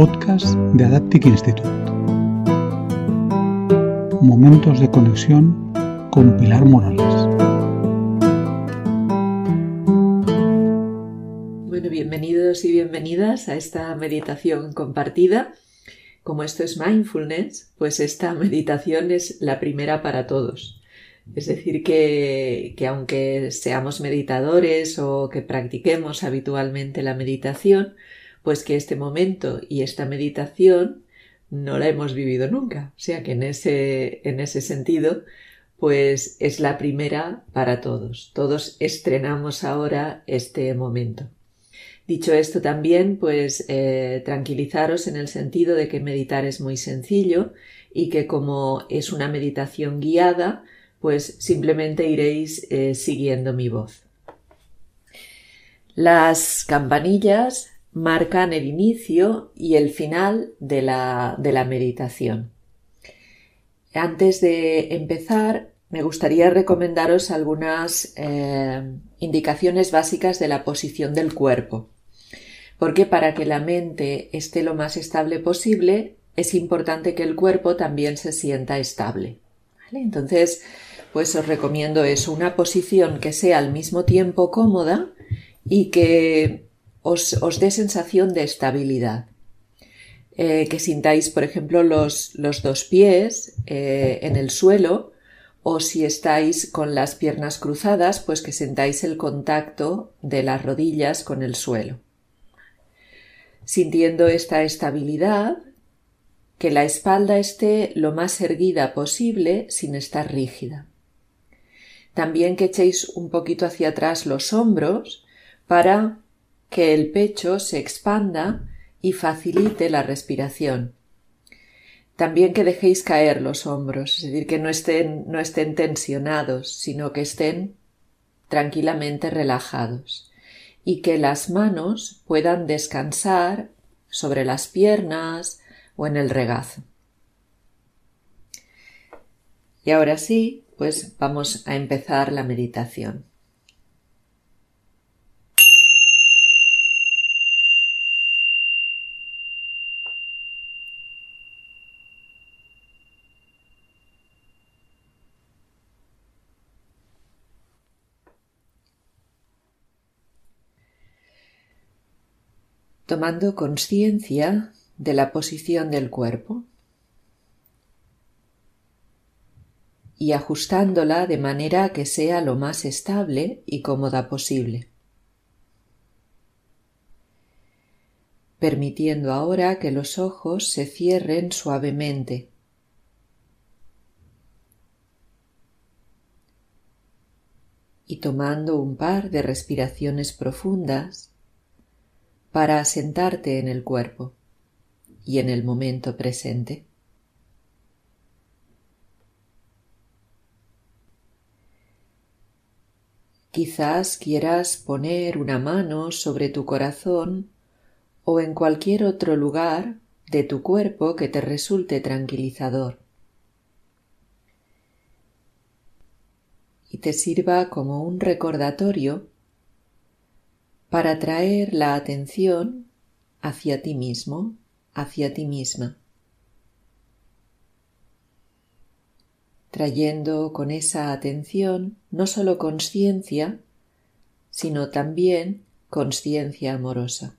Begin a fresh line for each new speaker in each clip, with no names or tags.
podcast de Adaptive Institute. Momentos de conexión con Pilar Morales.
Bueno, bienvenidos y bienvenidas a esta meditación compartida. Como esto es mindfulness, pues esta meditación es la primera para todos. Es decir, que aunque seamos meditadores o que practiquemos habitualmente la meditación, pues que este momento y esta meditación no la hemos vivido nunca. O sea que en ese sentido, pues es la primera para todos. Todos estrenamos ahora este momento. Dicho esto también, pues tranquilizaros en el sentido de que meditar es muy sencillo y que como es una meditación guiada, pues simplemente iréis siguiendo mi voz. Las campanillas marcan el inicio y el final de la meditación. Antes de empezar, me gustaría recomendaros algunas indicaciones básicas de la posición del cuerpo, porque para que la mente esté lo más estable posible, es importante que el cuerpo también se sienta estable. ¿Vale? Entonces, pues os recomiendo eso, una posición que sea al mismo tiempo cómoda y que os dé sensación de estabilidad. Que sintáis, por ejemplo, los dos pies en el suelo, o si estáis con las piernas cruzadas, pues que sintáis el contacto de las rodillas con el suelo. Sintiendo esta estabilidad, que la espalda esté lo más erguida posible sin estar rígida. También que echéis un poquito hacia atrás los hombros para que el pecho se expanda y facilite la respiración. También que dejéis caer los hombros, es decir, que no estén tensionados, sino que estén tranquilamente relajados y que las manos puedan descansar sobre las piernas o en el regazo. Y ahora sí, pues vamos a empezar la meditación. Tomando conciencia de la posición del cuerpo y ajustándola de manera que sea lo más estable y cómoda posible. Permitiendo ahora que los ojos se cierren suavemente. Y tomando un par de respiraciones profundas para asentarte en el cuerpo y en el momento presente. Quizás quieras poner una mano sobre tu corazón o en cualquier otro lugar de tu cuerpo que te resulte tranquilizador y te sirva como un recordatorio para traer la atención hacia ti mismo, hacia ti misma, trayendo con esa atención no solo consciencia, sino también consciencia amorosa.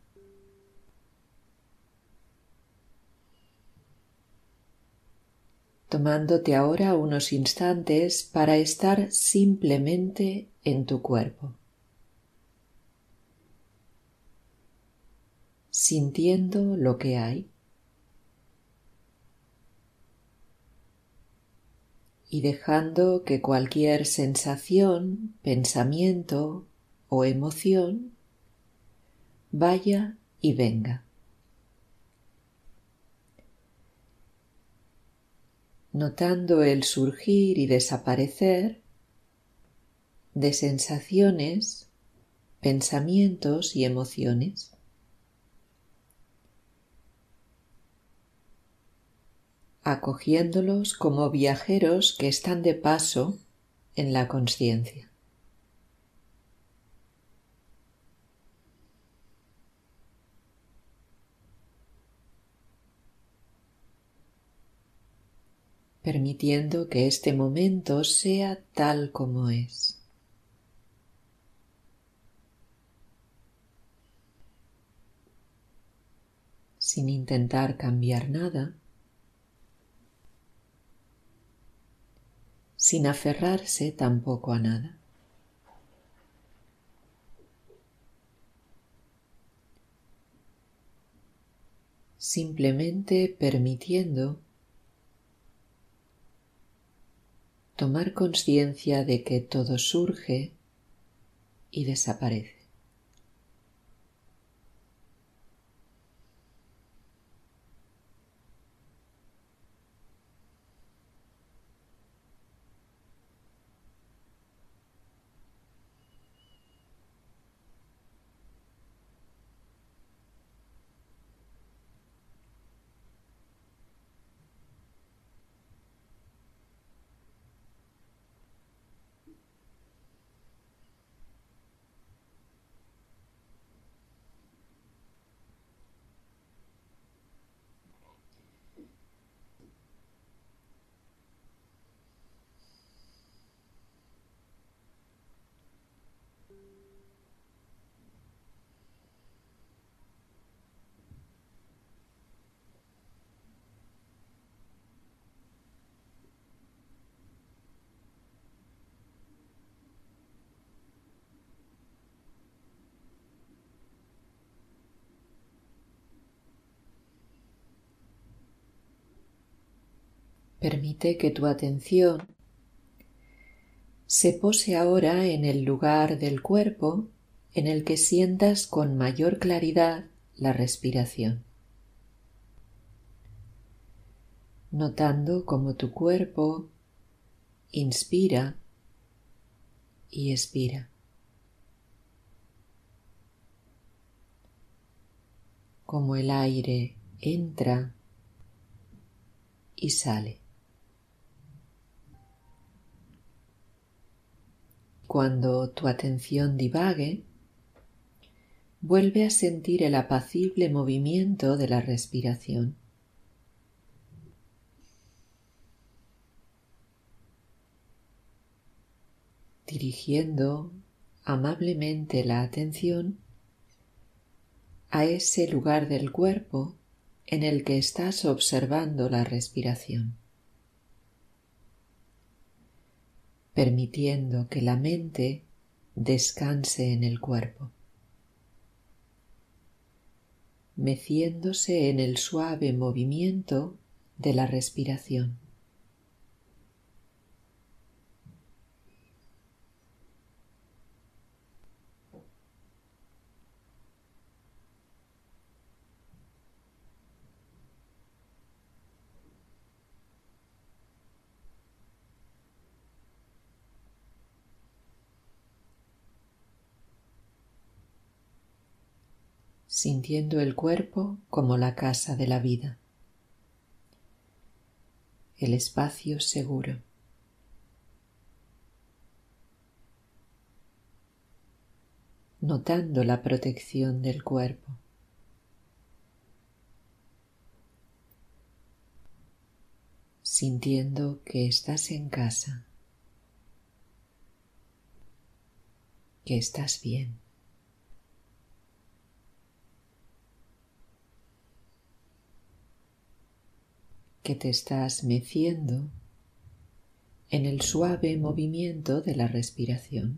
Tomándote ahora unos instantes para estar simplemente en tu cuerpo, sintiendo lo que hay y dejando que cualquier sensación, pensamiento o emoción vaya y venga. Notando el surgir y desaparecer de sensaciones, pensamientos y emociones. Acogiéndolos como viajeros que están de paso en la consciencia. permitiendo que este momento sea tal como es. Sin intentar cambiar nada, sin aferrarse tampoco a nada. Simplemente permitiendo tomar conciencia de que todo surge y desaparece. Permite que tu atención se pose ahora en el lugar del cuerpo en el que sientas con mayor claridad la respiración, notando cómo tu cuerpo inspira y expira, cómo el aire entra y sale. Cuando tu atención divague, vuelve a sentir el apacible movimiento de la respiración. Dirigiendo amablemente la atención a ese lugar del cuerpo en el que estás observando la respiración, permitiendo que la mente descanse en el cuerpo, meciéndose en el suave movimiento de la respiración. Sintiendo el cuerpo como la casa de la vida, el espacio seguro. Notando la protección del cuerpo. Sintiendo que estás en casa, que estás bien. Que te estás meciendo en el suave movimiento de la respiración.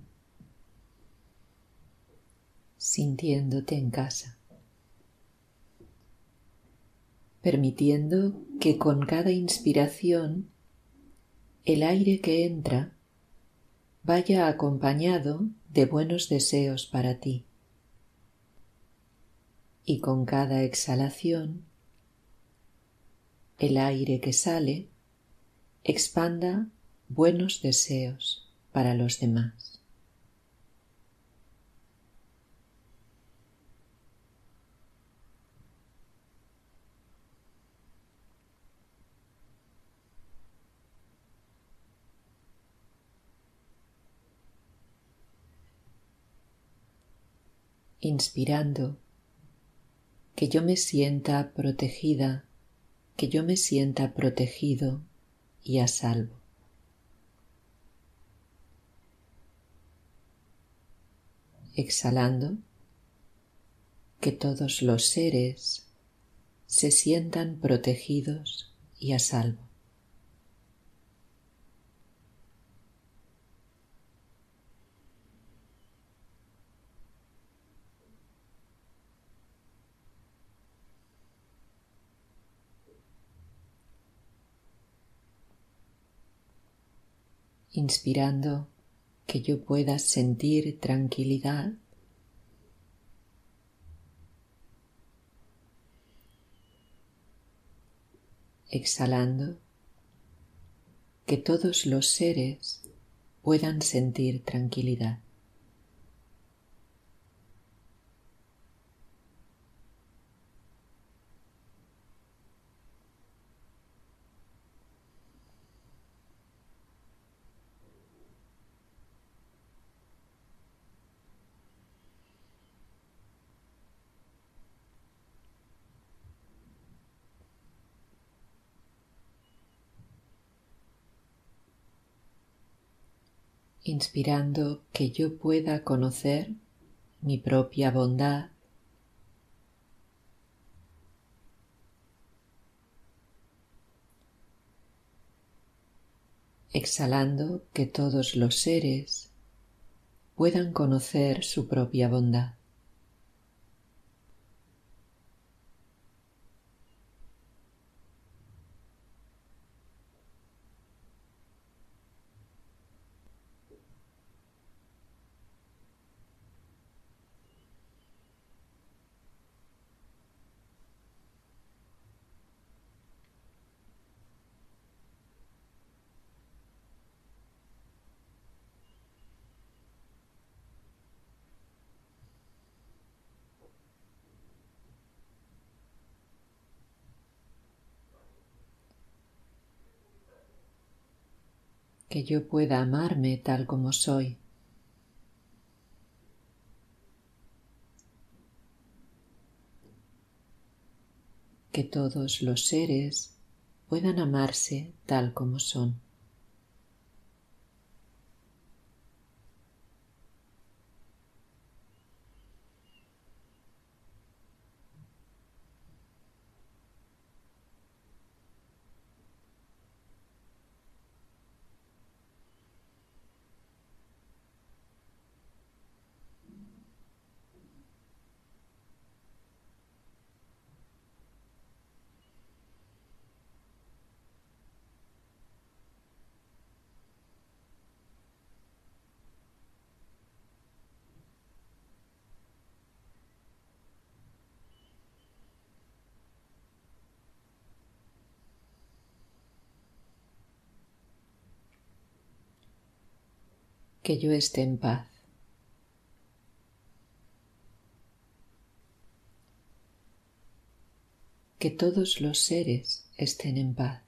Sintiéndote en casa. permitiendo que con cada inspiración el aire que entra vaya acompañado de buenos deseos para ti, y con cada exhalación el aire que sale expanda buenos deseos para los demás. Inspirando, que yo me sienta protegida, que yo me sienta protegido y a salvo. Exhalando, que todos los seres se sientan protegidos y a salvo. Inspirando, que yo pueda sentir tranquilidad. Exhalando, que todos los seres puedan sentir tranquilidad. Inspirando, que yo pueda conocer mi propia bondad. Exhalando, que todos los seres puedan conocer su propia bondad. Que yo pueda amarme tal como soy. Que todos los seres puedan amarse tal como son. Que yo esté en paz. Que todos los seres estén en paz.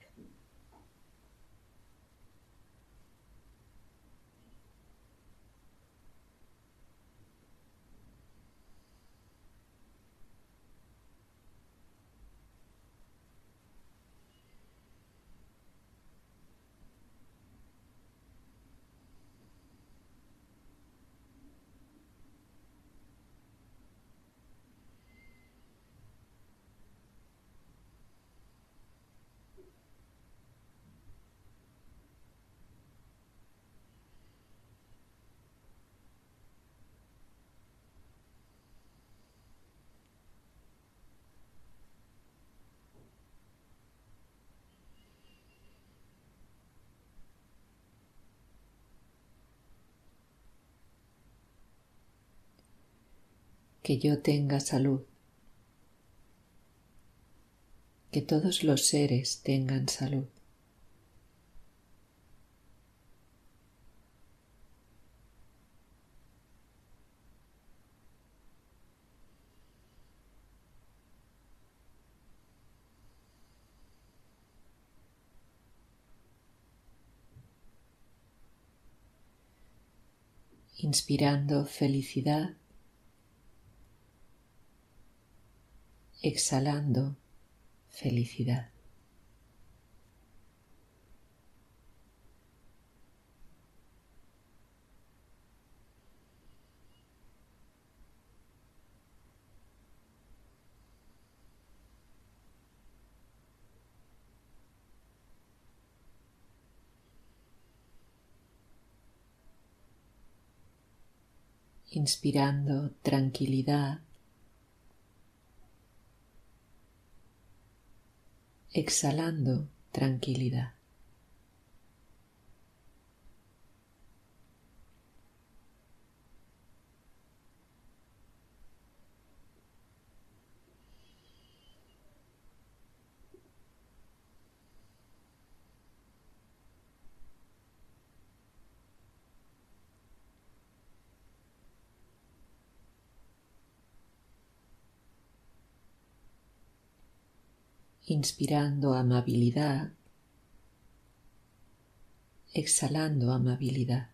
que yo tenga salud, que todos los seres tengan salud. Inspirando felicidad, exhalando felicidad. Inspirando tranquilidad, exhalando tranquilidad. Inspirando amabilidad, exhalando amabilidad.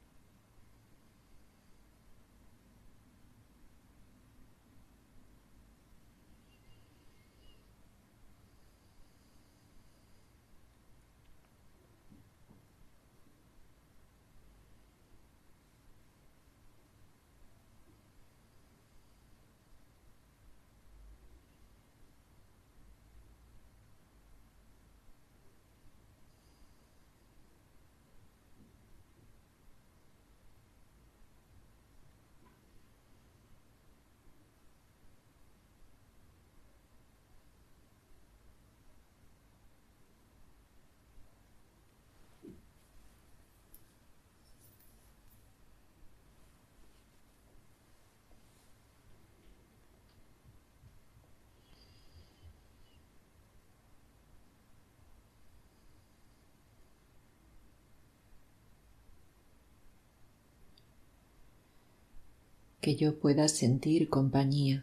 Que yo pueda sentir compañía,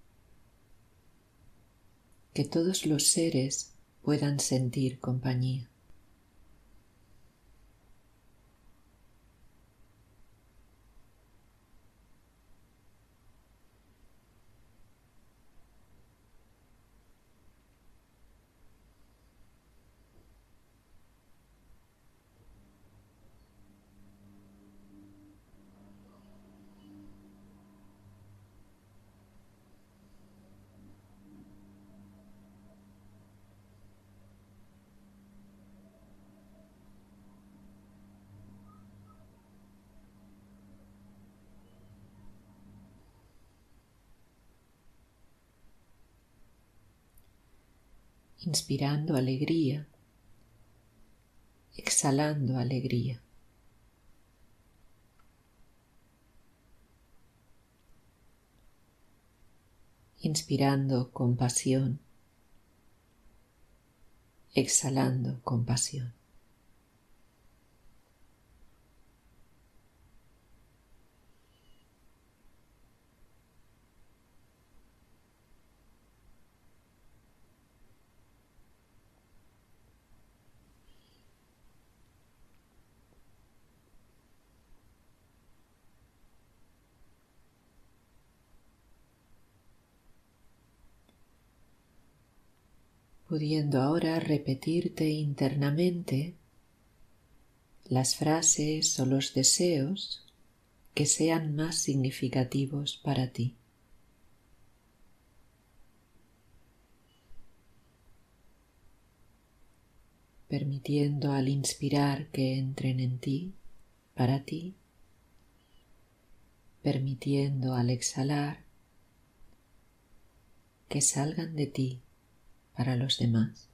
que todos los seres puedan sentir compañía. Inspirando alegría, exhalando alegría. Inspirando compasión, exhalando compasión. Pudiendo ahora repetirte internamente las frases o los deseos que sean más significativos para ti. Permitiendo al inspirar que entren en ti, para ti, permitiendo al exhalar que salgan de ti para los demás.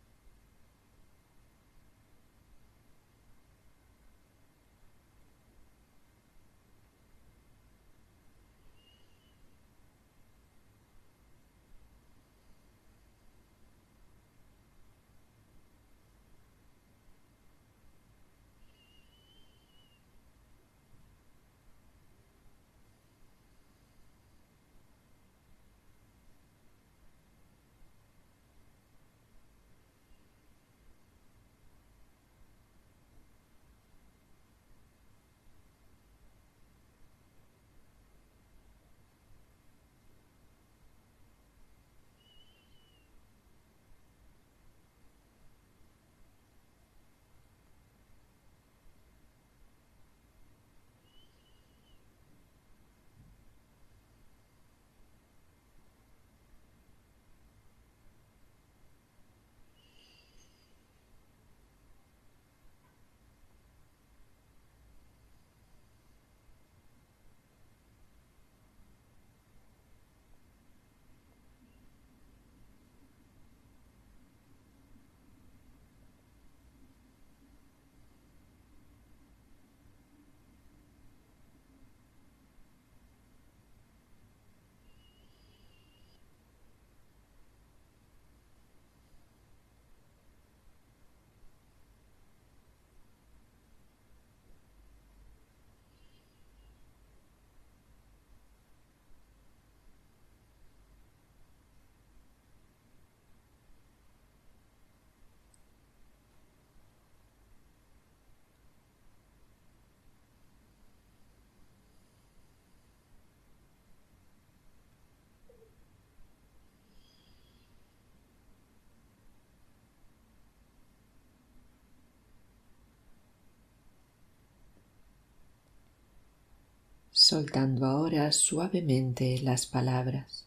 soltando ahora suavemente las palabras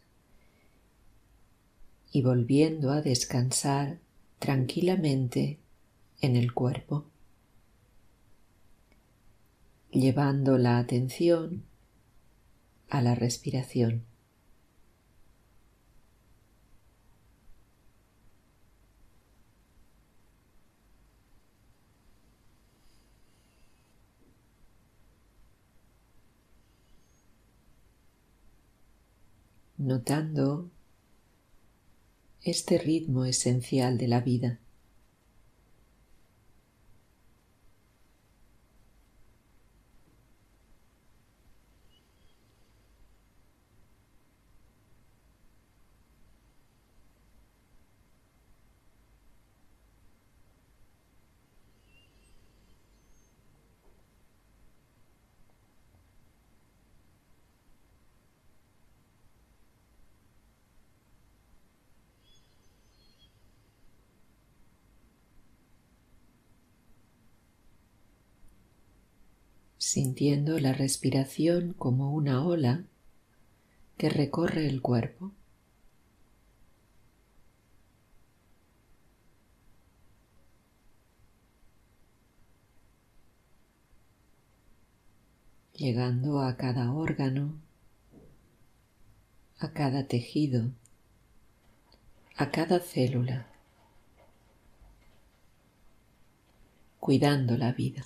y volviendo a descansar tranquilamente en el cuerpo, llevando la atención a la respiración. Notando este ritmo esencial de la vida. Sintiendo la respiración como una ola que recorre el cuerpo. Llegando a cada órgano, a cada tejido, a cada célula, cuidando la vida.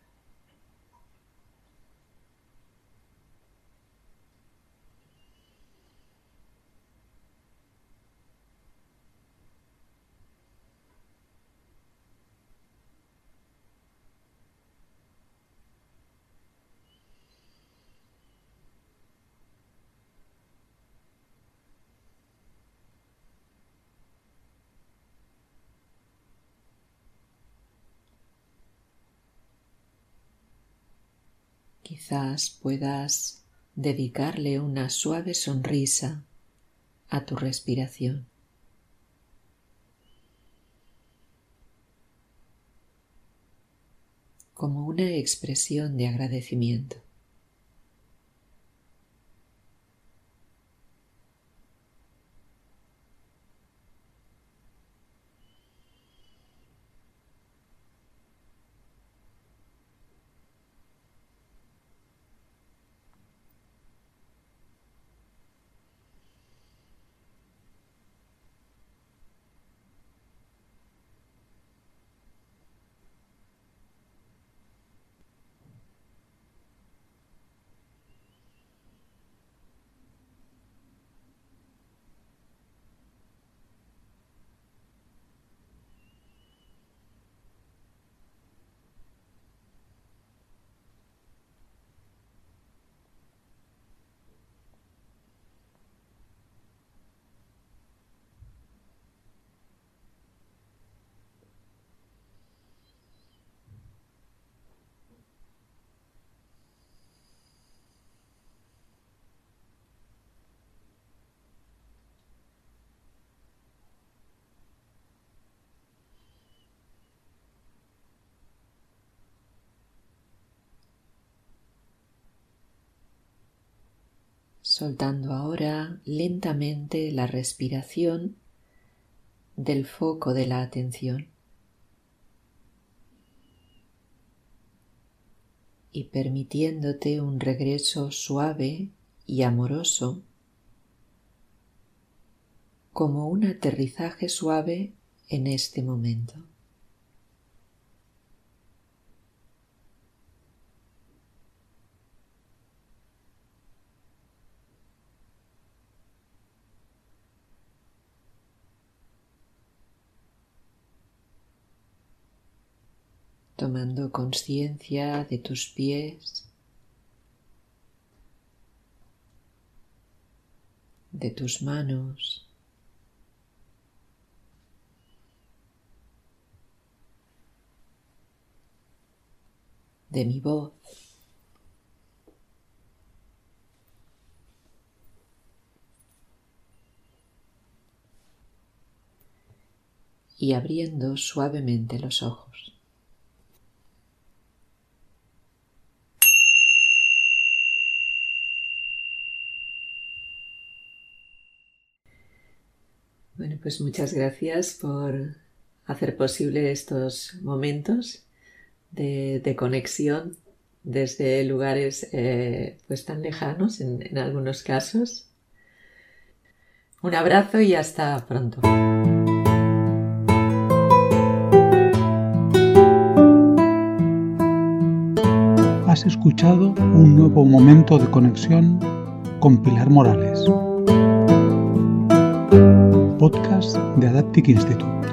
Quizás puedas dedicarle una suave sonrisa a tu respiración. Como una expresión de agradecimiento. Soltando ahora lentamente la respiración del foco de la atención y permitiéndote un regreso suave y amoroso, como un aterrizaje suave en este momento. Tomando conciencia de tus pies, de tus manos, de mi voz. Y abriendo suavemente los ojos. Bueno, pues muchas gracias por hacer posible estos momentos de conexión desde lugares pues tan lejanos en algunos casos. Un abrazo y hasta pronto.
Has escuchado un nuevo momento de conexión con Pilar Morales. Podcast de Adaptic Institute.